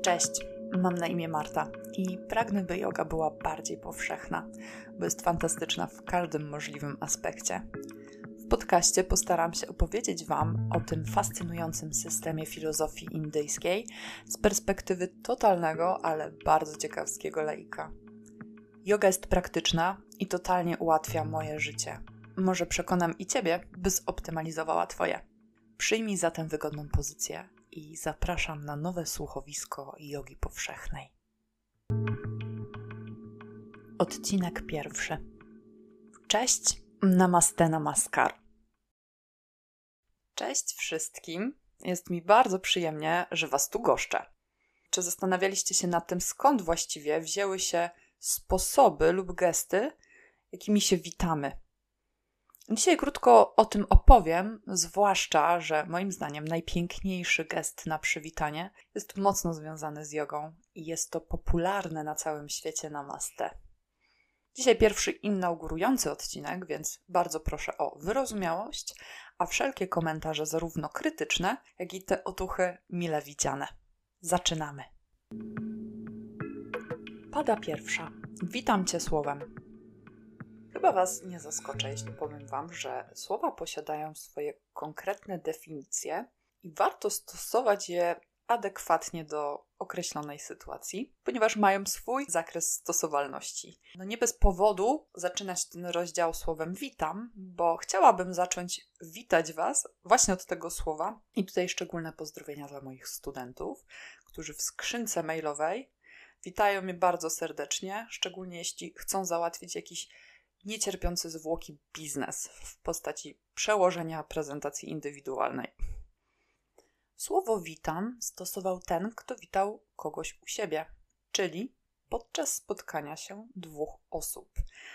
Cześć, mam na imię Marta i pragnę, by joga była bardziej powszechna, bo jest fantastyczna w każdym możliwym aspekcie. W podcaście postaram się opowiedzieć Wam o tym fascynującym systemie filozofii indyjskiej z perspektywy totalnego, ale bardzo ciekawskiego laika. Joga jest praktyczna i totalnie ułatwia moje życie. Może przekonam i Ciebie, by zoptymalizowała Twoje. Przyjmij zatem wygodną pozycję i zapraszam na nowe słuchowisko jogi powszechnej. Odcinek 1. Cześć, namaste, namaskar. Cześć wszystkim. Jest mi bardzo przyjemnie, że Was tu goszczę. Czy zastanawialiście się nad tym, skąd właściwie wzięły się sposoby lub gesty, jakimi się witamy? Dzisiaj krótko o tym opowiem, zwłaszcza, że moim zdaniem najpiękniejszy gest na przywitanie jest mocno związany z jogą i jest to popularne na całym świecie namaste. Dzisiaj pierwszy inaugurujący odcinek, więc bardzo proszę o wyrozumiałość, a wszelkie komentarze zarówno krytyczne, jak i te otuchy mile widziane. Zaczynamy. Pada pierwsza. Witam Cię słowem. Chyba Was nie zaskoczę, jeśli powiem Wam, że słowa posiadają swoje konkretne definicje i warto stosować je adekwatnie do określonej sytuacji, ponieważ mają swój zakres stosowalności. Nie bez powodu zaczynać ten rozdział słowem witam, bo chciałabym zacząć witać Was właśnie od tego słowa i tutaj szczególne pozdrowienia dla moich studentów, którzy w skrzynce mailowej witają mnie bardzo serdecznie, szczególnie jeśli chcą załatwić jakiś niecierpiący zwłoki biznes w postaci przełożenia prezentacji indywidualnej. Słowo witam stosował ten, kto witał kogoś u siebie, czyli podczas spotkania się dwóch osób.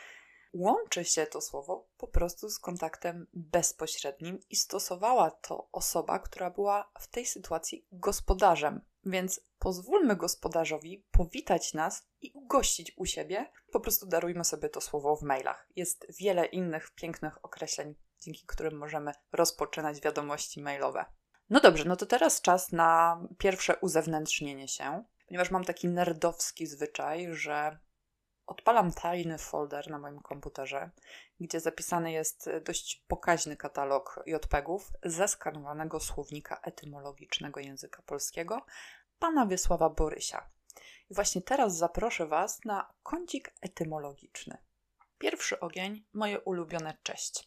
Łączy się to słowo po prostu z kontaktem bezpośrednim i stosowała to osoba, która była w tej sytuacji gospodarzem. Więc pozwólmy gospodarzowi powitać nas i ugościć u siebie. Po prostu darujmy sobie to słowo w mailach. Jest wiele innych pięknych określeń, dzięki którym możemy rozpoczynać wiadomości mailowe. No dobrze, to teraz czas na pierwsze uzewnętrznienie się, ponieważ mam taki nerdowski zwyczaj, że odpalam tajny folder na moim komputerze, gdzie zapisany jest dość pokaźny katalog JPEG-ów zeskanowanego słownika etymologicznego języka polskiego pana Wiesława Borysia. I właśnie teraz zaproszę Was na kącik etymologiczny. Pierwszy ogień, moje ulubione cześć.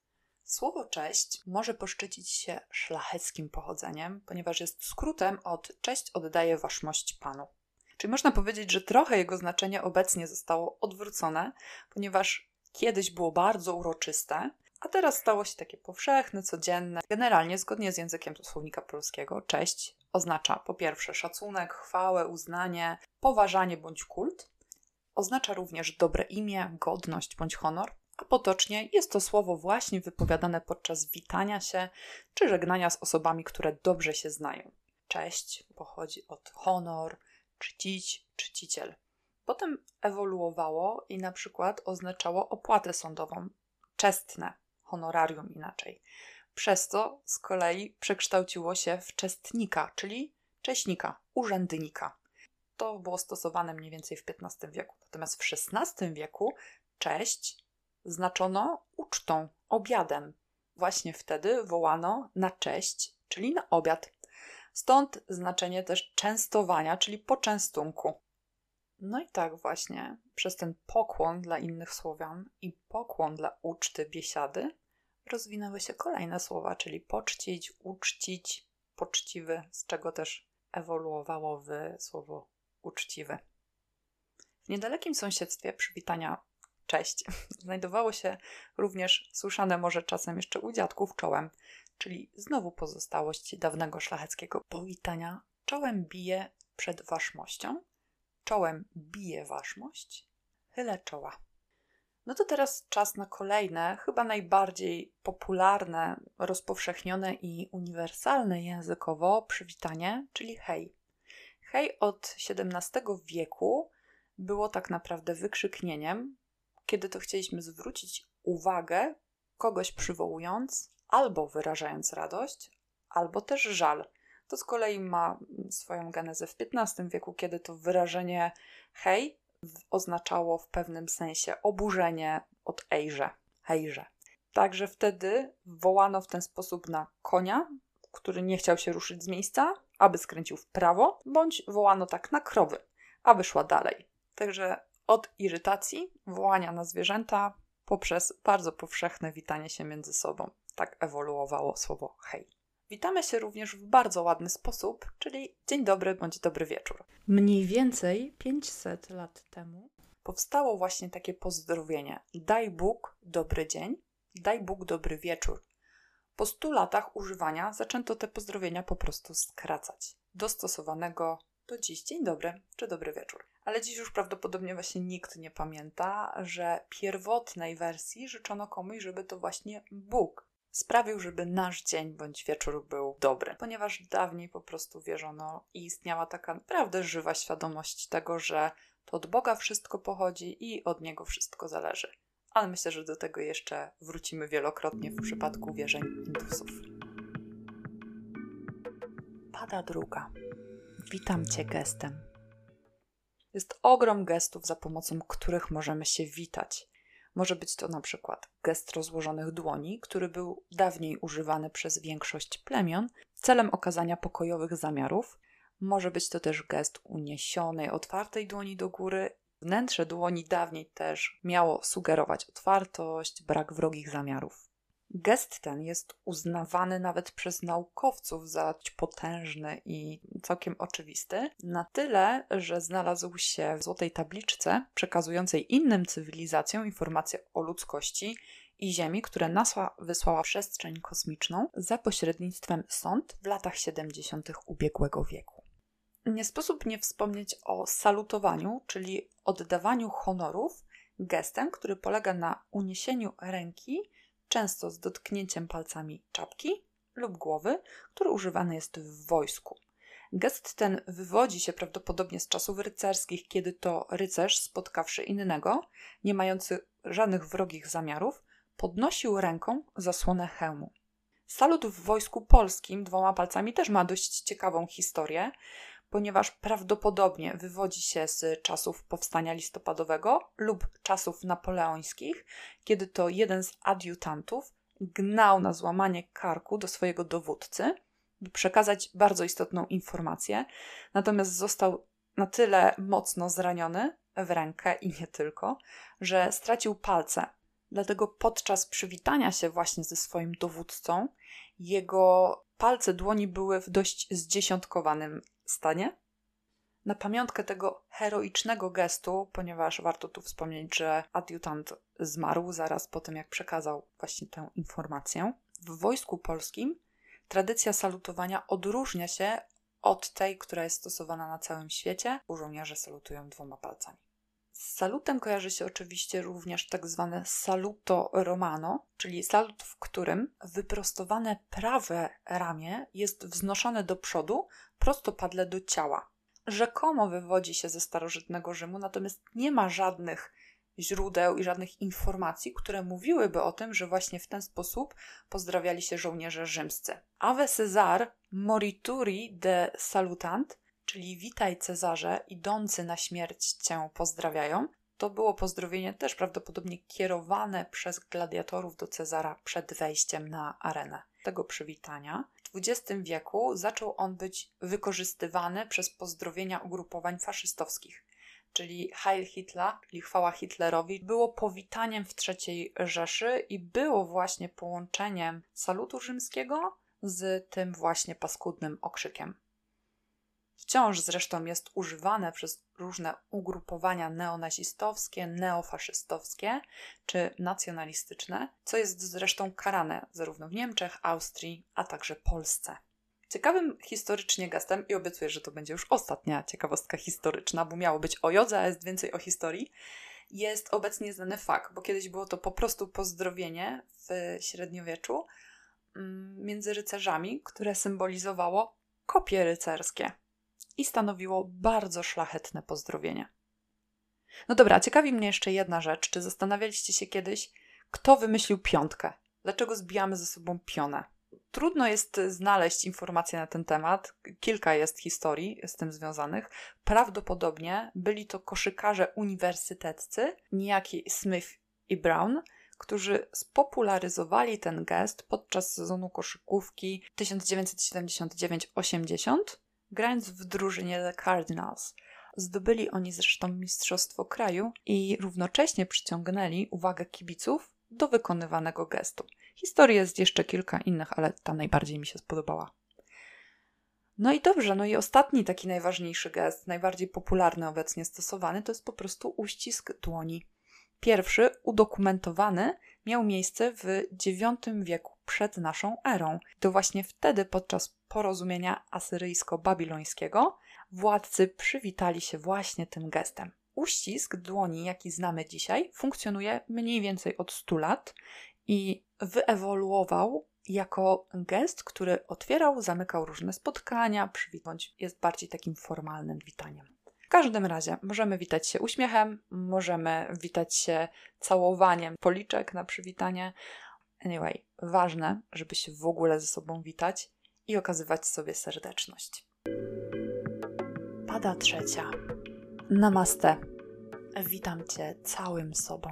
Słowo cześć może poszczycić się szlacheckim pochodzeniem, ponieważ jest skrótem od cześć oddaję waszmość panu. Czyli można powiedzieć, że trochę jego znaczenie obecnie zostało odwrócone, ponieważ kiedyś było bardzo uroczyste, a teraz stało się takie powszechne, codzienne. Generalnie, zgodnie z językiem słownika polskiego, cześć oznacza po pierwsze szacunek, chwałę, uznanie, poważanie bądź kult. Oznacza również dobre imię, godność bądź honor, a potocznie jest to słowo właśnie wypowiadane podczas witania się czy żegnania z osobami, które dobrze się znają. Cześć pochodzi od honor, czcić, czciciel. Potem ewoluowało i na przykład oznaczało opłatę sądową, czestne, honorarium inaczej. Przez co z kolei przekształciło się w czestnika, czyli cześćnika, urzędnika. To było stosowane mniej więcej w XV wieku. Natomiast w XVI wieku cześć znaczono ucztą, obiadem. Właśnie wtedy wołano na cześć, czyli na obiad. Stąd znaczenie też częstowania, czyli poczęstunku. No i tak właśnie przez ten pokłon dla innych Słowian i pokłon dla uczty, biesiady rozwinęły się kolejne słowa, czyli poczcić, uczcić, poczciwy, z czego też ewoluowało w słowo uczciwy. W niedalekim sąsiedztwie przywitania cześć znajdowało się również słyszane może czasem jeszcze u dziadków czołem, czyli znowu pozostałość dawnego szlacheckiego powitania. Czołem bije przed waszmością, czołem bije waszmość, chylę czoła. To teraz czas na kolejne, chyba najbardziej popularne, rozpowszechnione i uniwersalne językowo przywitanie, czyli hej. Hej od XVII wieku było tak naprawdę wykrzyknieniem, kiedy to chcieliśmy zwrócić uwagę kogoś przywołując, albo wyrażając radość, albo też żal. To z kolei ma swoją genezę w XV wieku, kiedy to wyrażenie hej oznaczało w pewnym sensie oburzenie od hejże. Także wtedy wołano w ten sposób na konia, który nie chciał się ruszyć z miejsca, aby skręcił w prawo, bądź wołano tak na krowy, aby szła dalej. Także od irytacji wołania na zwierzęta poprzez bardzo powszechne witanie się między sobą. Tak ewoluowało słowo hej. Witamy się również w bardzo ładny sposób, czyli dzień dobry bądź dobry wieczór. Mniej więcej 500 lat temu powstało właśnie takie pozdrowienie: daj Bóg dobry dzień, daj Bóg dobry wieczór. Po 100 latach używania zaczęto te pozdrowienia po prostu skracać do stosowanego do dziś dzień dobry czy dobry wieczór. Ale dziś już prawdopodobnie właśnie nikt nie pamięta, że pierwotnej wersji życzono komuś, żeby to właśnie Bóg sprawił, żeby nasz dzień bądź wieczór był dobry. Ponieważ dawniej po prostu wierzono i istniała taka naprawdę żywa świadomość tego, że to od Boga wszystko pochodzi i od Niego wszystko zależy. Ale myślę, że do tego jeszcze wrócimy wielokrotnie w przypadku wierzeń Indusów. Pada druga. Witam Cię gestem. Jest ogrom gestów, za pomocą których możemy się witać. Może być to na przykład gest rozłożonych dłoni, który był dawniej używany przez większość plemion celem okazania pokojowych zamiarów. Może być to też gest uniesionej, otwartej dłoni do góry. Wnętrze dłoni dawniej też miało sugerować otwartość, brak wrogich zamiarów. Gest ten jest uznawany nawet przez naukowców za potężny i całkiem oczywisty, na tyle, że znalazł się w złotej tabliczce przekazującej innym cywilizacjom informacje o ludzkości i Ziemi, które NASA wysłała w przestrzeń kosmiczną za pośrednictwem sond w latach 70. ubiegłego wieku. Nie sposób nie wspomnieć o salutowaniu, czyli oddawaniu honorów, gestem, który polega na uniesieniu ręki, często z dotknięciem palcami czapki lub głowy, który używany jest w wojsku. Gest ten wywodzi się prawdopodobnie z czasów rycerskich, kiedy to rycerz, spotkawszy innego, nie mający żadnych wrogich zamiarów, podnosił ręką zasłonę hełmu. Salut w wojsku polskim 2 palcami też ma dość ciekawą historię, ponieważ prawdopodobnie wywodzi się z czasów powstania listopadowego lub czasów napoleońskich, kiedy to jeden z adiutantów gnał na złamanie karku do swojego dowódcy, by przekazać bardzo istotną informację, natomiast został na tyle mocno zraniony w rękę i nie tylko, że stracił palce. Dlatego podczas przywitania się właśnie ze swoim dowódcą jego palce dłoni były w dość zdziesiątkowanym stanie. Na pamiątkę tego heroicznego gestu, ponieważ warto tu wspomnieć, że adiutant zmarł zaraz po tym, jak przekazał właśnie tę informację, w wojsku polskim tradycja salutowania odróżnia się od tej, która jest stosowana na całym świecie. Żołnierze salutują 2 palcami. Z salutem kojarzy się oczywiście również tak zwane saluto romano, czyli salut, w którym wyprostowane prawe ramię jest wznoszone do przodu, prostopadle do ciała. Rzekomo wywodzi się ze starożytnego Rzymu, natomiast nie ma żadnych źródeł i żadnych informacji, które mówiłyby o tym, że właśnie w ten sposób pozdrawiali się żołnierze rzymscy. Ave Cesar morituri de salutant, czyli witaj Cezarze, idący na śmierć cię pozdrawiają. To było pozdrowienie też prawdopodobnie kierowane przez gladiatorów do Cezara przed wejściem na arenę. Tego przywitania w XX wieku zaczął on być wykorzystywany przez pozdrowienia ugrupowań faszystowskich, czyli Heil Hitler, czyli chwała Hitlerowi, było powitaniem w III Rzeszy i było właśnie połączeniem salutu rzymskiego z tym właśnie paskudnym okrzykiem. Wciąż zresztą jest używane przez różne ugrupowania neonazistowskie, neofaszystowskie czy nacjonalistyczne, co jest zresztą karane zarówno w Niemczech, Austrii, a także Polsce. Ciekawym historycznie gestem, i obiecuję, że to będzie już ostatnia ciekawostka historyczna, bo miało być o jodze, a jest więcej o historii, jest obecnie znany fakt, bo kiedyś było to po prostu pozdrowienie w średniowieczu między rycerzami, które symbolizowało kopie rycerskie i stanowiło bardzo szlachetne pozdrowienie. No dobra, ciekawi mnie jeszcze jedna rzecz. Czy zastanawialiście się kiedyś, kto wymyślił piątkę? Dlaczego zbijamy ze sobą pionę? Trudno jest znaleźć informacje na ten temat. Kilka jest historii z tym związanych. Prawdopodobnie byli to koszykarze uniwersyteccy, niejaki Smith i Brown, którzy spopularyzowali ten gest podczas sezonu koszykówki 1979-80, grając w drużynie The Cardinals. Zdobyli oni zresztą mistrzostwo kraju i równocześnie przyciągnęli uwagę kibiców do wykonywanego gestu. Historii jest jeszcze kilka innych, ale ta najbardziej mi się spodobała. No i dobrze, no i ostatni taki najważniejszy gest, najbardziej popularny obecnie stosowany, to jest po prostu uścisk dłoni. Pierwszy, udokumentowany, miał miejsce w IX wieku przed naszą erą. To właśnie wtedy podczas porozumienia asyryjsko-babilońskiego władcy przywitali się właśnie tym gestem. Uścisk dłoni, jaki znamy dzisiaj, funkcjonuje mniej więcej od 100 lat i wyewoluował jako gest, który otwierał, zamykał różne spotkania, bądź jest bardziej takim formalnym witaniem. W każdym razie możemy witać się uśmiechem, możemy witać się całowaniem policzek na przywitanie. Anyway, ważne, żeby się w ogóle ze sobą witać i okazywać sobie serdeczność. Pada trzecia. Namaste. Witam Cię całym sobą.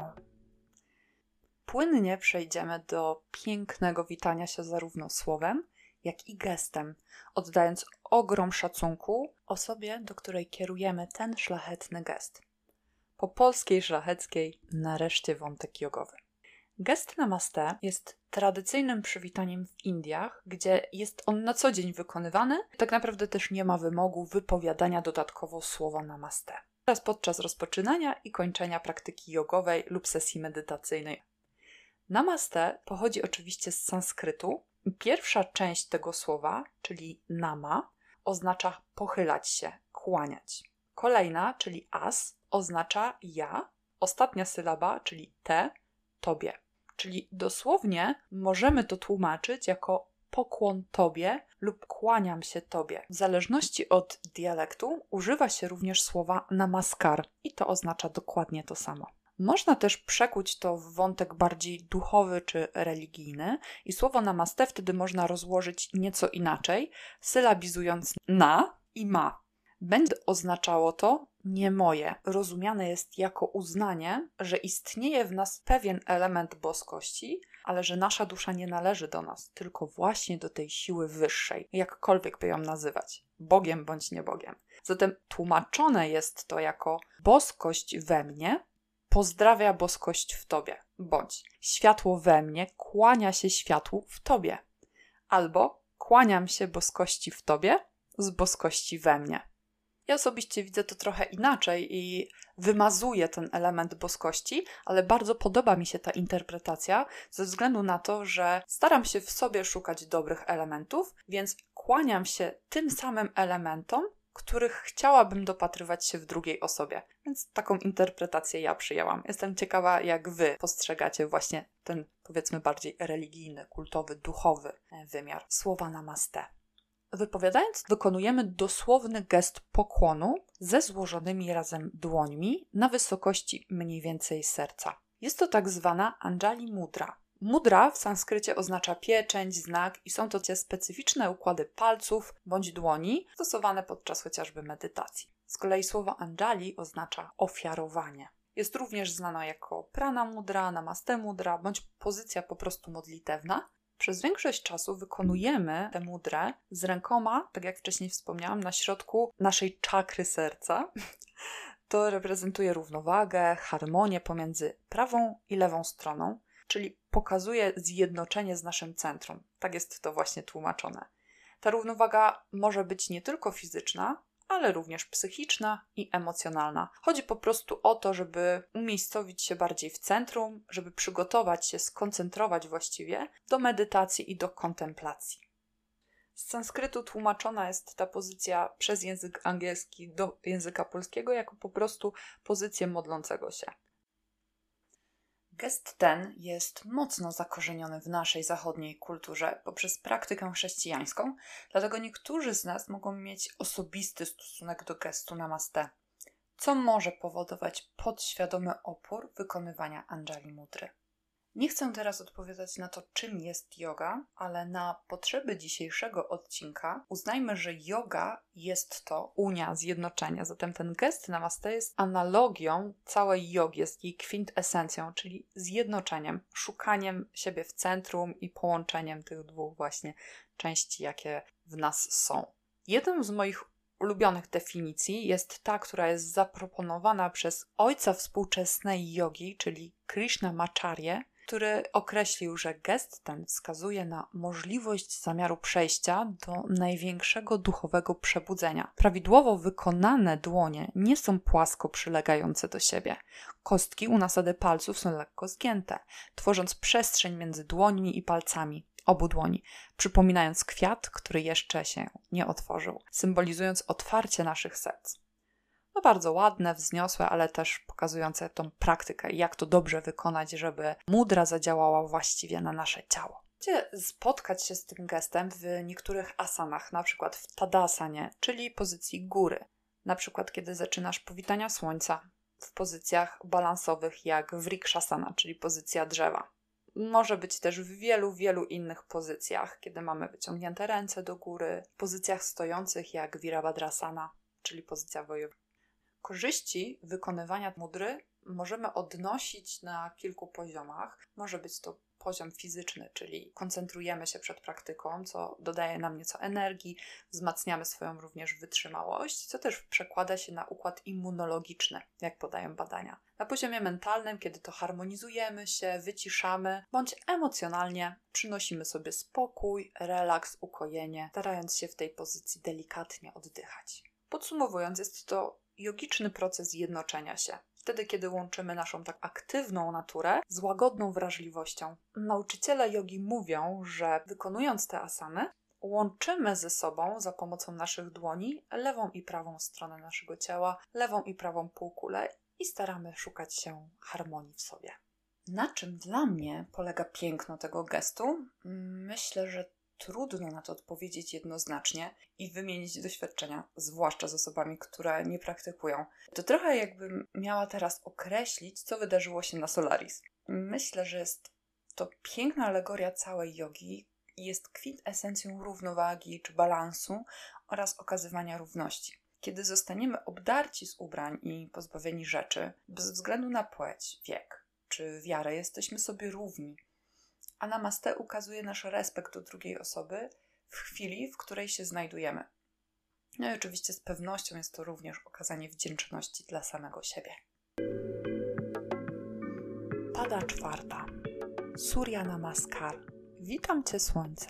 Płynnie przejdziemy do pięknego witania się zarówno słowem, jak i gestem, oddając ogrom szacunku osobie, do której kierujemy ten szlachetny gest. Po polskiej szlacheckiej nareszcie wątek jogowy. Gest namaste jest tradycyjnym przywitaniem w Indiach, gdzie jest on na co dzień wykonywany. Tak naprawdę też nie ma wymogu wypowiadania dodatkowo słowa namaste. Teraz podczas rozpoczynania i kończenia praktyki jogowej lub sesji medytacyjnej. Namaste pochodzi oczywiście z sanskrytu. Pierwsza część tego słowa, czyli nama, oznacza pochylać się, kłaniać. Kolejna, czyli as, oznacza ja. Ostatnia sylaba, czyli te, tobie. Czyli dosłownie możemy to tłumaczyć jako pokłon tobie lub kłaniam się tobie. W zależności od dialektu używa się również słowa namaskar i to oznacza dokładnie to samo. Można też przekuć to w wątek bardziej duchowy czy religijny i słowo namaste wtedy można rozłożyć nieco inaczej, sylabizując na i ma. Będzie oznaczało to nie moje. Rozumiane jest jako uznanie, że istnieje w nas pewien element boskości, ale że nasza dusza nie należy do nas, tylko właśnie do tej siły wyższej, jakkolwiek by ją nazywać. Bogiem bądź nie Bogiem. Zatem tłumaczone jest to jako boskość we mnie pozdrawia boskość w tobie, bądź światło we mnie kłania się światłu w tobie, albo kłaniam się boskości w tobie z boskości we mnie. Ja osobiście widzę to trochę inaczej i wymazuję ten element boskości, ale bardzo podoba mi się ta interpretacja ze względu na to, że staram się w sobie szukać dobrych elementów, więc kłaniam się tym samym elementom, których chciałabym dopatrywać się w drugiej osobie. Więc taką interpretację ja przyjęłam. Jestem ciekawa, jak wy postrzegacie właśnie ten, powiedzmy, bardziej religijny, kultowy, duchowy wymiar słowa namaste. Wypowiadając, wykonujemy dosłowny gest pokłonu ze złożonymi razem dłońmi na wysokości mniej więcej serca. Jest to tak zwana Anjali Mudra. Mudra w sanskrycie oznacza pieczęć, znak i są to te specyficzne układy palców bądź dłoni stosowane podczas chociażby medytacji. Z kolei słowo Anjali oznacza ofiarowanie. Jest również znana jako prana mudra, namaste mudra bądź pozycja po prostu modlitewna. Przez większość czasu wykonujemy tę mudrę z rękoma, tak jak wcześniej wspomniałam, na środku naszej czakry serca. To reprezentuje równowagę, harmonię pomiędzy prawą i lewą stroną, czyli pokazuje zjednoczenie z naszym centrum. Tak jest to właśnie tłumaczone. Ta równowaga może być nie tylko fizyczna, ale również psychiczna i emocjonalna. Chodzi po prostu o to, żeby umiejscowić się bardziej w centrum, żeby przygotować się, skoncentrować właściwie do medytacji i do kontemplacji. Z sanskrytu tłumaczona jest ta pozycja przez język angielski do języka polskiego jako po prostu pozycję modlącego się. Gest ten jest mocno zakorzeniony w naszej zachodniej kulturze poprzez praktykę chrześcijańską, dlatego niektórzy z nas mogą mieć osobisty stosunek do gestu namaste, co może powodować podświadomy opór wykonywania Anjali Mudry. Nie chcę teraz odpowiadać na to, czym jest yoga, ale na potrzeby dzisiejszego odcinka uznajmy, że yoga jest to unia, zjednoczenie. Zatem ten gest namaste jest analogią całej jogi, jest jej kwintesencją, czyli zjednoczeniem, szukaniem siebie w centrum i połączeniem tych dwóch właśnie części, jakie w nas są. Jedną z moich ulubionych definicji jest ta, która jest zaproponowana przez ojca współczesnej jogi, czyli Krishnamacharya, który określił, że gest ten wskazuje na możliwość zamiaru przejścia do największego duchowego przebudzenia. Prawidłowo wykonane dłonie nie są płasko przylegające do siebie. Kostki u nasady palców są lekko zgięte, tworząc przestrzeń między dłońmi i palcami obu dłoni, przypominając kwiat, który jeszcze się nie otworzył, symbolizując otwarcie naszych serc. No bardzo ładne, wzniosłe, ale też pokazujące tą praktykę, jak to dobrze wykonać, żeby mudra zadziałała właściwie na nasze ciało. Chcecie spotkać się z tym gestem w niektórych asanach, na przykład w Tadasanie, czyli pozycji góry. Na przykład kiedy zaczynasz powitania słońca, w pozycjach balansowych jak Vrikshasana, czyli pozycja drzewa. Może być też w wielu innych pozycjach, kiedy mamy wyciągnięte ręce do góry, w pozycjach stojących jak Virabhadrasana, czyli pozycja wojownika. Korzyści wykonywania mudry możemy odnosić na kilku poziomach. Może być to poziom fizyczny, czyli koncentrujemy się przed praktyką, co dodaje nam nieco energii, wzmacniamy swoją również wytrzymałość, co też przekłada się na układ immunologiczny, jak podają badania. Na poziomie mentalnym, kiedy to harmonizujemy się, wyciszamy, bądź emocjonalnie przynosimy sobie spokój, relaks, ukojenie, starając się w tej pozycji delikatnie oddychać. Podsumowując, jest to jogiczny proces jednoczenia się. Wtedy, kiedy łączymy naszą tak aktywną naturę z łagodną wrażliwością. Nauczyciele jogi mówią, że wykonując te asany, łączymy ze sobą za pomocą naszych dłoni lewą i prawą stronę naszego ciała, lewą i prawą półkulę i staramy szukać się harmonii w sobie. Na czym dla mnie polega piękno tego gestu? Myślę, że trudno na to odpowiedzieć jednoznacznie i wymienić doświadczenia, zwłaszcza z osobami, które nie praktykują. To trochę jakbym miała teraz określić, co wydarzyło się na Solaris. Myślę, że jest to piękna alegoria całej jogi i jest kwintesencją równowagi czy balansu oraz okazywania równości. Kiedy zostaniemy obdarci z ubrań i pozbawieni rzeczy, bez względu na płeć, wiek czy wiarę, jesteśmy sobie równi. A namaste ukazuje nasz respekt do drugiej osoby w chwili, w której się znajdujemy. No i oczywiście z pewnością jest to również okazanie wdzięczności dla samego siebie. Pada czwarta. Surya Namaskar. Witam Cię, Słońce.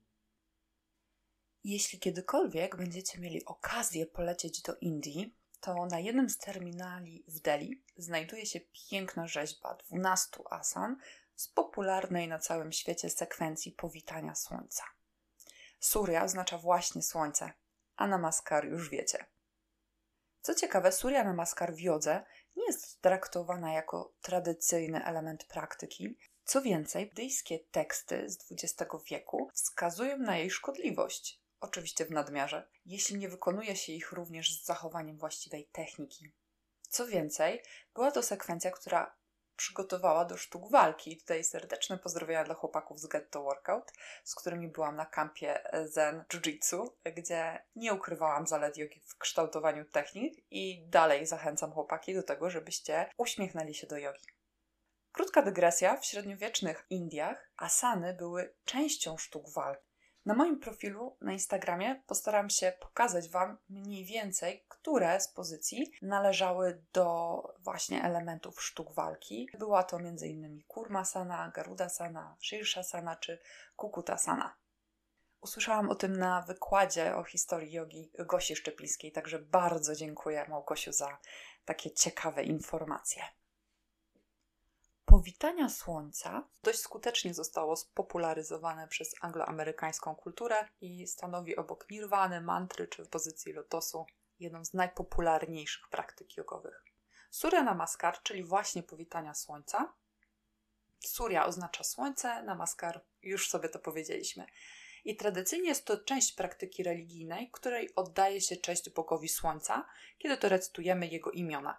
Jeśli kiedykolwiek będziecie mieli okazję polecieć do Indii, to na jednym z terminali w Delhi znajduje się piękna rzeźba 12 asan z popularnej na całym świecie sekwencji powitania słońca. Surya oznacza właśnie słońce, a Namaskar już wiecie. Co ciekawe, Surya Namaskar w jodze nie jest traktowana jako tradycyjny element praktyki. Co więcej, buddyjskie teksty z XX wieku wskazują na jej szkodliwość, oczywiście w nadmiarze, jeśli nie wykonuje się ich również z zachowaniem właściwej techniki. Co więcej, była to sekwencja, która przygotowała do sztuk walki. Tutaj serdeczne pozdrowienia dla chłopaków z Get to Workout, z którymi byłam na kampie Zen Jiu-Jitsu, gdzie nie ukrywałam zalet jogi w kształtowaniu technik i dalej zachęcam chłopaki do tego, żebyście uśmiechnęli się do jogi. Krótka dygresja, w średniowiecznych Indiach asany były częścią sztuk walki. Na moim profilu na Instagramie postaram się pokazać Wam mniej więcej, które z pozycji należały do właśnie elementów sztuk walki. Była to m.in. Kurmasana, Garudasana, Shirshasana czy Kukutasana. Usłyszałam o tym na wykładzie o historii jogi Gosi Szczepińskiej, także bardzo dziękuję Małgosiu za takie ciekawe informacje. Powitania słońca dość skutecznie zostało spopularyzowane przez angloamerykańską kulturę i stanowi obok nirwany, mantry czy pozycji lotosu jedną z najpopularniejszych praktyk jogowych. Surya Namaskar, czyli właśnie powitania słońca. Surya oznacza słońce, Namaskar, już sobie to powiedzieliśmy. I tradycyjnie jest to część praktyki religijnej, której oddaje się cześć bogowi słońca, kiedy to recytujemy jego imiona.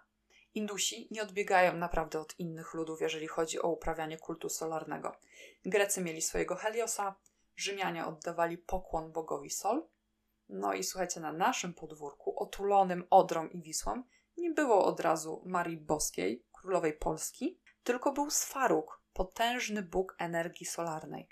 Indusi nie odbiegają naprawdę od innych ludów, jeżeli chodzi o uprawianie kultu solarnego. Grecy mieli swojego Heliosa, Rzymianie oddawali pokłon bogowi Sol. No i słuchajcie, na naszym podwórku, otulonym Odrą i Wisłą, nie było od razu Marii Boskiej, królowej Polski, tylko był Sfaruk, potężny bóg energii solarnej.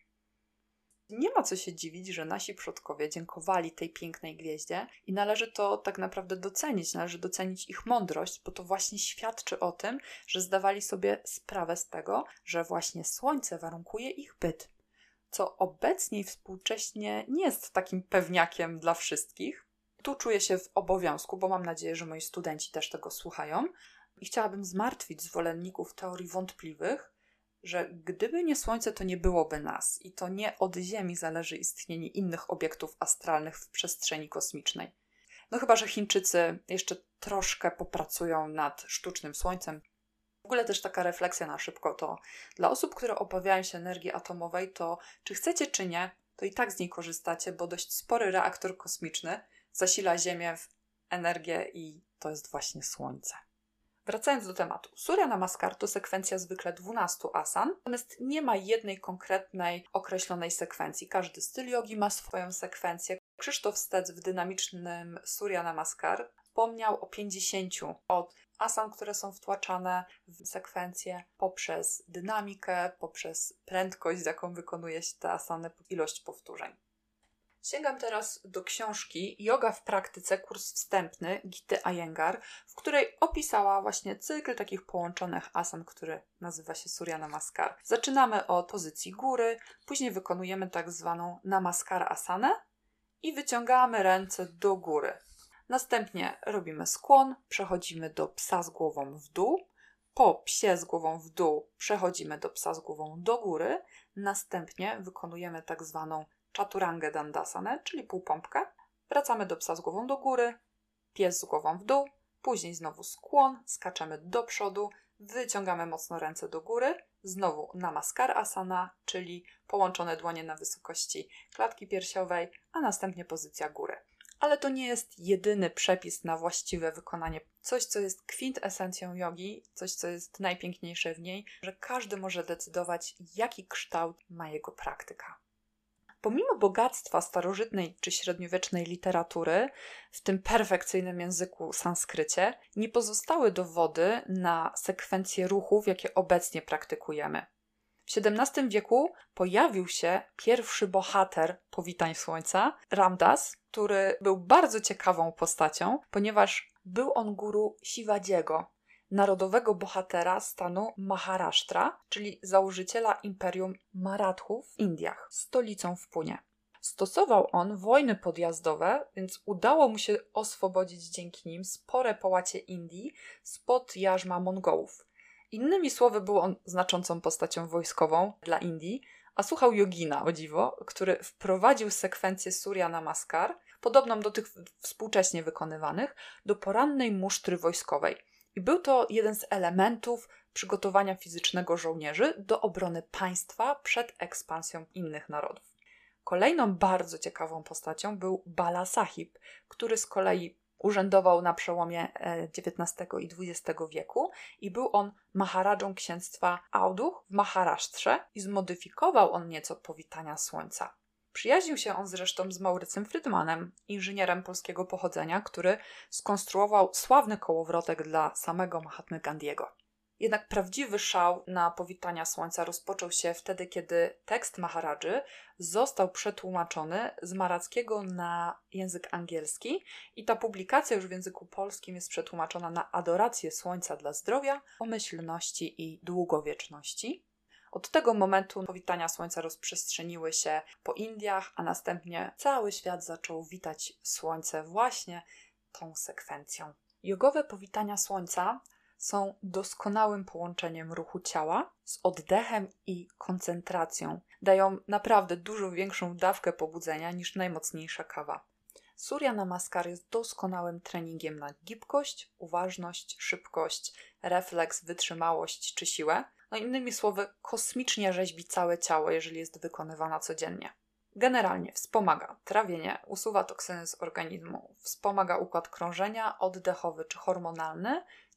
Nie ma co się dziwić, że nasi przodkowie dziękowali tej pięknej gwieździe i należy to tak naprawdę docenić, należy docenić ich mądrość, bo to właśnie świadczy o tym, że zdawali sobie sprawę z tego, że właśnie Słońce warunkuje ich byt, co obecnie i współcześnie nie jest takim pewniakiem dla wszystkich. Tu czuję się w obowiązku, bo mam nadzieję, że moi studenci też tego słuchają i chciałabym zmartwić zwolenników teorii wątpliwych, że gdyby nie Słońce, to nie byłoby nas i to nie od Ziemi zależy istnienie innych obiektów astralnych w przestrzeni kosmicznej. No chyba, że Chińczycy jeszcze troszkę popracują nad sztucznym Słońcem. W ogóle też taka refleksja na szybko to dla osób, które obawiają się energii atomowej, to czy chcecie czy nie, to i tak z niej korzystacie, bo dość spory reaktor kosmiczny zasila Ziemię w energię i to jest właśnie Słońce. Wracając do tematu. Surya Namaskar to sekwencja zwykle 12 asan, natomiast nie ma jednej konkretnej, określonej sekwencji. Każdy styl jogi ma swoją sekwencję. Krzysztof Stec w dynamicznym Surya Namaskar wspomniał o 50 od asan, które są wtłaczane w sekwencję poprzez dynamikę, poprzez prędkość, z jaką wykonuje się te asany, ilość powtórzeń. Sięgam teraz do książki Yoga w praktyce, kurs wstępny Gity Iyengar, w której opisała właśnie cykl takich połączonych asan, który nazywa się Surya Namaskar. Zaczynamy od pozycji góry, później wykonujemy tak zwaną Namaskar asanę i wyciągamy ręce do góry. Następnie robimy skłon, przechodzimy do psa z głową w dół. Po psie z głową w dół przechodzimy do psa z głową do góry. Następnie wykonujemy tak zwaną Chaturanga Dandasanę, czyli półpompkę. Wracamy do psa z głową do góry, pies z głową w dół, później znowu skłon, skaczemy do przodu, wyciągamy mocno ręce do góry, znowu Namaskar Asana, czyli połączone dłonie na wysokości klatki piersiowej, a następnie pozycja góry. Ale to nie jest jedyny przepis na właściwe wykonanie. Coś, co jest kwintesencją jogi, coś, co jest najpiękniejsze w niej, że każdy może decydować, jaki kształt ma jego praktyka. Pomimo bogactwa starożytnej czy średniowiecznej literatury, w tym perfekcyjnym języku sanskrycie, nie pozostały dowody na sekwencję ruchów, jakie obecnie praktykujemy. W XVII wieku pojawił się pierwszy bohater powitań Słońca, Ramdas, który był bardzo ciekawą postacią, ponieważ był on guru Shivajiego, narodowego bohatera stanu Maharashtra, czyli założyciela imperium Marathów w Indiach, stolicą w Punie. Stosował on wojny podjazdowe, więc udało mu się oswobodzić dzięki nim spore połacie Indii spod jarzma Mongołów. Innymi słowy, był on znaczącą postacią wojskową dla Indii, a słuchał jogina, o dziwo, który wprowadził sekwencję Surya Namaskar, podobną do tych współcześnie wykonywanych, do porannej musztry wojskowej. I był to jeden z elementów przygotowania fizycznego żołnierzy do obrony państwa przed ekspansją innych narodów. Kolejną bardzo ciekawą postacią był Bala Sahib, który z kolei urzędował na przełomie XIX i XX wieku i był on maharadżą księstwa Auduch w Maharasztrze i zmodyfikował on nieco powitania Słońca. Przyjaźnił się on zresztą z Maurycym Frydmanem, inżynierem polskiego pochodzenia, który skonstruował sławny kołowrotek dla samego Mahatmy Gandiego. Jednak prawdziwy szał na powitania Słońca rozpoczął się wtedy, kiedy tekst Maharadży został przetłumaczony z marackiego na język angielski i ta publikacja już w języku polskim jest przetłumaczona na adorację Słońca dla zdrowia, pomyślności i długowieczności. Od tego momentu powitania Słońca rozprzestrzeniły się po Indiach, a następnie cały świat zaczął witać Słońce właśnie tą sekwencją. Jogowe powitania Słońca są doskonałym połączeniem ruchu ciała z oddechem i koncentracją. Dają naprawdę dużo większą dawkę pobudzenia niż najmocniejsza kawa. Surya Namaskar jest doskonałym treningiem na gibkość, uważność, szybkość, refleks, wytrzymałość czy siłę. No innymi słowy, kosmicznie rzeźbi całe ciało, jeżeli jest wykonywana codziennie. Generalnie wspomaga trawienie, usuwa toksyny z organizmu, wspomaga układ krążenia, oddechowy czy hormonalny,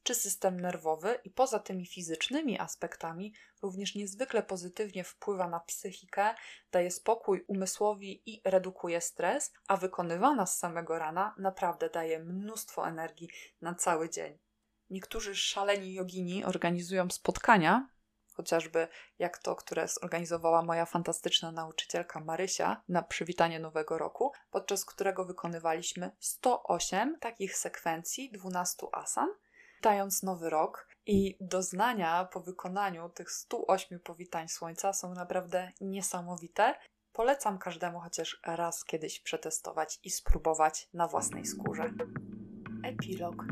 czy system nerwowy i poza tymi fizycznymi aspektami również niezwykle pozytywnie wpływa na psychikę, daje spokój umysłowi i redukuje stres, a wykonywana z samego rana naprawdę daje mnóstwo energii na cały dzień. Niektórzy szaleni jogini organizują spotkania, chociażby jak to, które zorganizowała moja fantastyczna nauczycielka Marysia na przywitanie Nowego Roku, podczas którego wykonywaliśmy 108 takich sekwencji 12 asan, witając Nowy Rok. I doznania po wykonaniu tych 108 powitań słońca są naprawdę niesamowite. Polecam każdemu chociaż raz kiedyś przetestować i spróbować na własnej skórze. Epilog.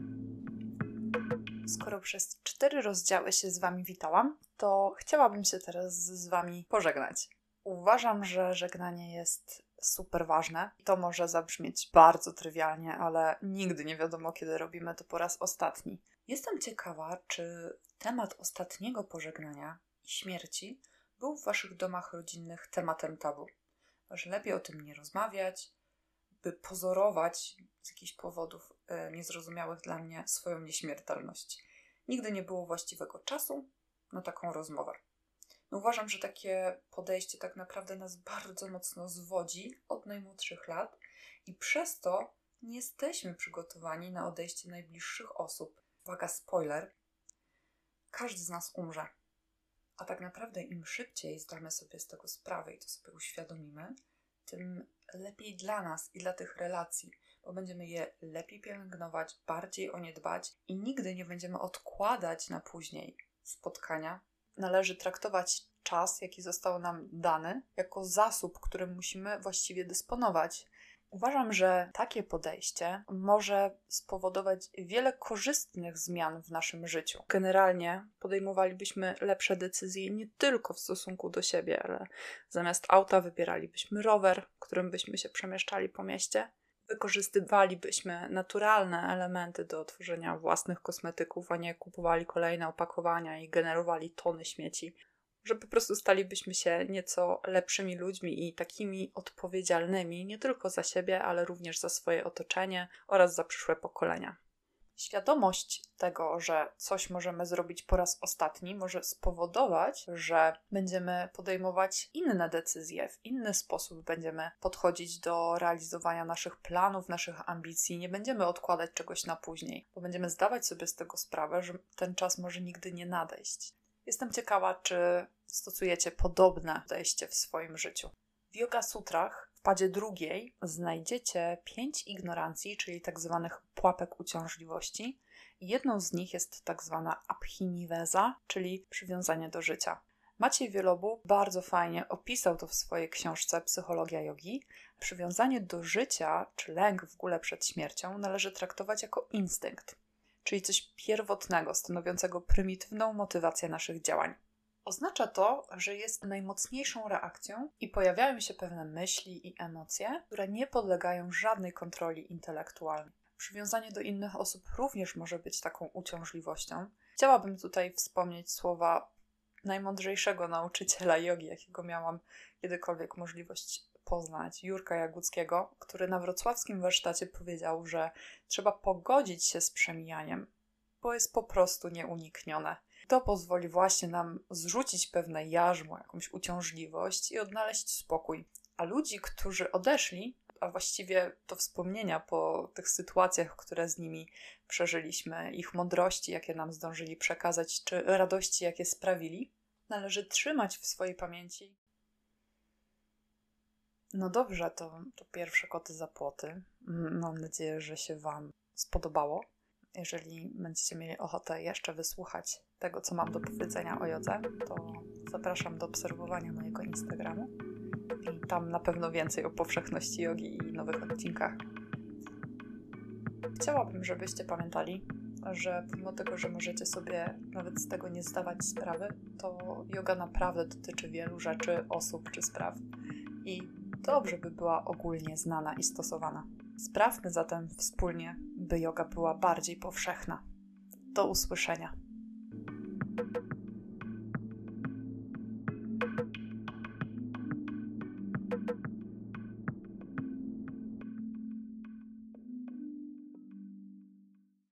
Skoro przez 4 rozdziały się z Wami witałam, to chciałabym się teraz z Wami pożegnać. Uważam, że żegnanie jest super ważne. To może zabrzmieć bardzo trywialnie, ale nigdy nie wiadomo, kiedy robimy to po raz ostatni. Jestem ciekawa, czy temat ostatniego pożegnania i śmierci był w Waszych domach rodzinnych tematem tabu. Że lepiej o tym nie rozmawiać, by pozorować z jakichś powodów niezrozumiałych dla mnie swoją nieśmiertelność. Nigdy nie było właściwego czasu na taką rozmowę. Uważam, że takie podejście tak naprawdę nas bardzo mocno zwodzi od najmłodszych lat i przez to nie jesteśmy przygotowani na odejście najbliższych osób. Uwaga, spoiler. Każdy z nas umrze. A tak naprawdę im szybciej zdamy sobie z tego sprawę i to sobie uświadomimy, tym lepiej dla nas i dla tych relacji, bo będziemy je lepiej pielęgnować, bardziej o nie dbać i nigdy nie będziemy odkładać na później spotkania. Należy traktować czas, jaki został nam dany, jako zasób, którym musimy właściwie dysponować. Uważam, że takie podejście może spowodować wiele korzystnych zmian w naszym życiu. Generalnie podejmowalibyśmy lepsze decyzje nie tylko w stosunku do siebie, ale zamiast auta wybieralibyśmy rower, którym byśmy się przemieszczali po mieście. Wykorzystywalibyśmy naturalne elementy do tworzenia własnych kosmetyków, a nie kupowali kolejne opakowania i generowali tony śmieci. Że po prostu stalibyśmy się nieco lepszymi ludźmi i takimi odpowiedzialnymi nie tylko za siebie, ale również za swoje otoczenie oraz za przyszłe pokolenia. Świadomość tego, że coś możemy zrobić po raz ostatni, może spowodować, że będziemy podejmować inne decyzje, w inny sposób będziemy podchodzić do realizowania naszych planów, naszych ambicji, nie będziemy odkładać czegoś na później, bo będziemy zdawać sobie z tego sprawę, że ten czas może nigdy nie nadejść. Jestem ciekawa, czy stosujecie podobne podejście w swoim życiu. W Yoga Sutrach w padzie 2 znajdziecie 5 ignorancji, czyli tak zwanych pułapek uciążliwości. I jedną z nich jest tak zwana abhinivesa, czyli przywiązanie do życia. Maciej Wielobu bardzo fajnie opisał to w swojej książce Psychologia jogi. Przywiązanie do życia, czy lęk w ogóle przed śmiercią, należy traktować jako instynkt, czyli coś pierwotnego, stanowiącego prymitywną motywację naszych działań. Oznacza to, że jest najmocniejszą reakcją i pojawiają się pewne myśli i emocje, które nie podlegają żadnej kontroli intelektualnej. Przywiązanie do innych osób również może być taką uciążliwością. Chciałabym tutaj wspomnieć słowa najmądrzejszego nauczyciela jogi, jakiego miałam kiedykolwiek możliwość poznać, Jurka Jaguckiego, który na wrocławskim warsztacie powiedział, że trzeba pogodzić się z przemijaniem, bo jest po prostu nieuniknione. To pozwoli właśnie nam zrzucić pewne jarzmo, jakąś uciążliwość i odnaleźć spokój. A ludzi, którzy odeszli, a właściwie to wspomnienia po tych sytuacjach, które z nimi przeżyliśmy, ich mądrości, jakie nam zdążyli przekazać, czy radości, jakie sprawili, należy trzymać w swojej pamięci. No dobrze, to pierwsze koty za płoty. Mam nadzieję, że się Wam spodobało. Jeżeli będziecie mieli ochotę jeszcze wysłuchać tego, co mam do powiedzenia o jodze, to zapraszam do obserwowania mojego Instagramu. I tam na pewno więcej o powszechności jogi i nowych odcinkach. Chciałabym, żebyście pamiętali, że pomimo tego, że możecie sobie nawet z tego nie zdawać sprawy, to joga naprawdę dotyczy wielu rzeczy, osób czy spraw. I dobrze by była ogólnie znana i stosowana. Sprawmy zatem wspólnie, by joga była bardziej powszechna. Do usłyszenia.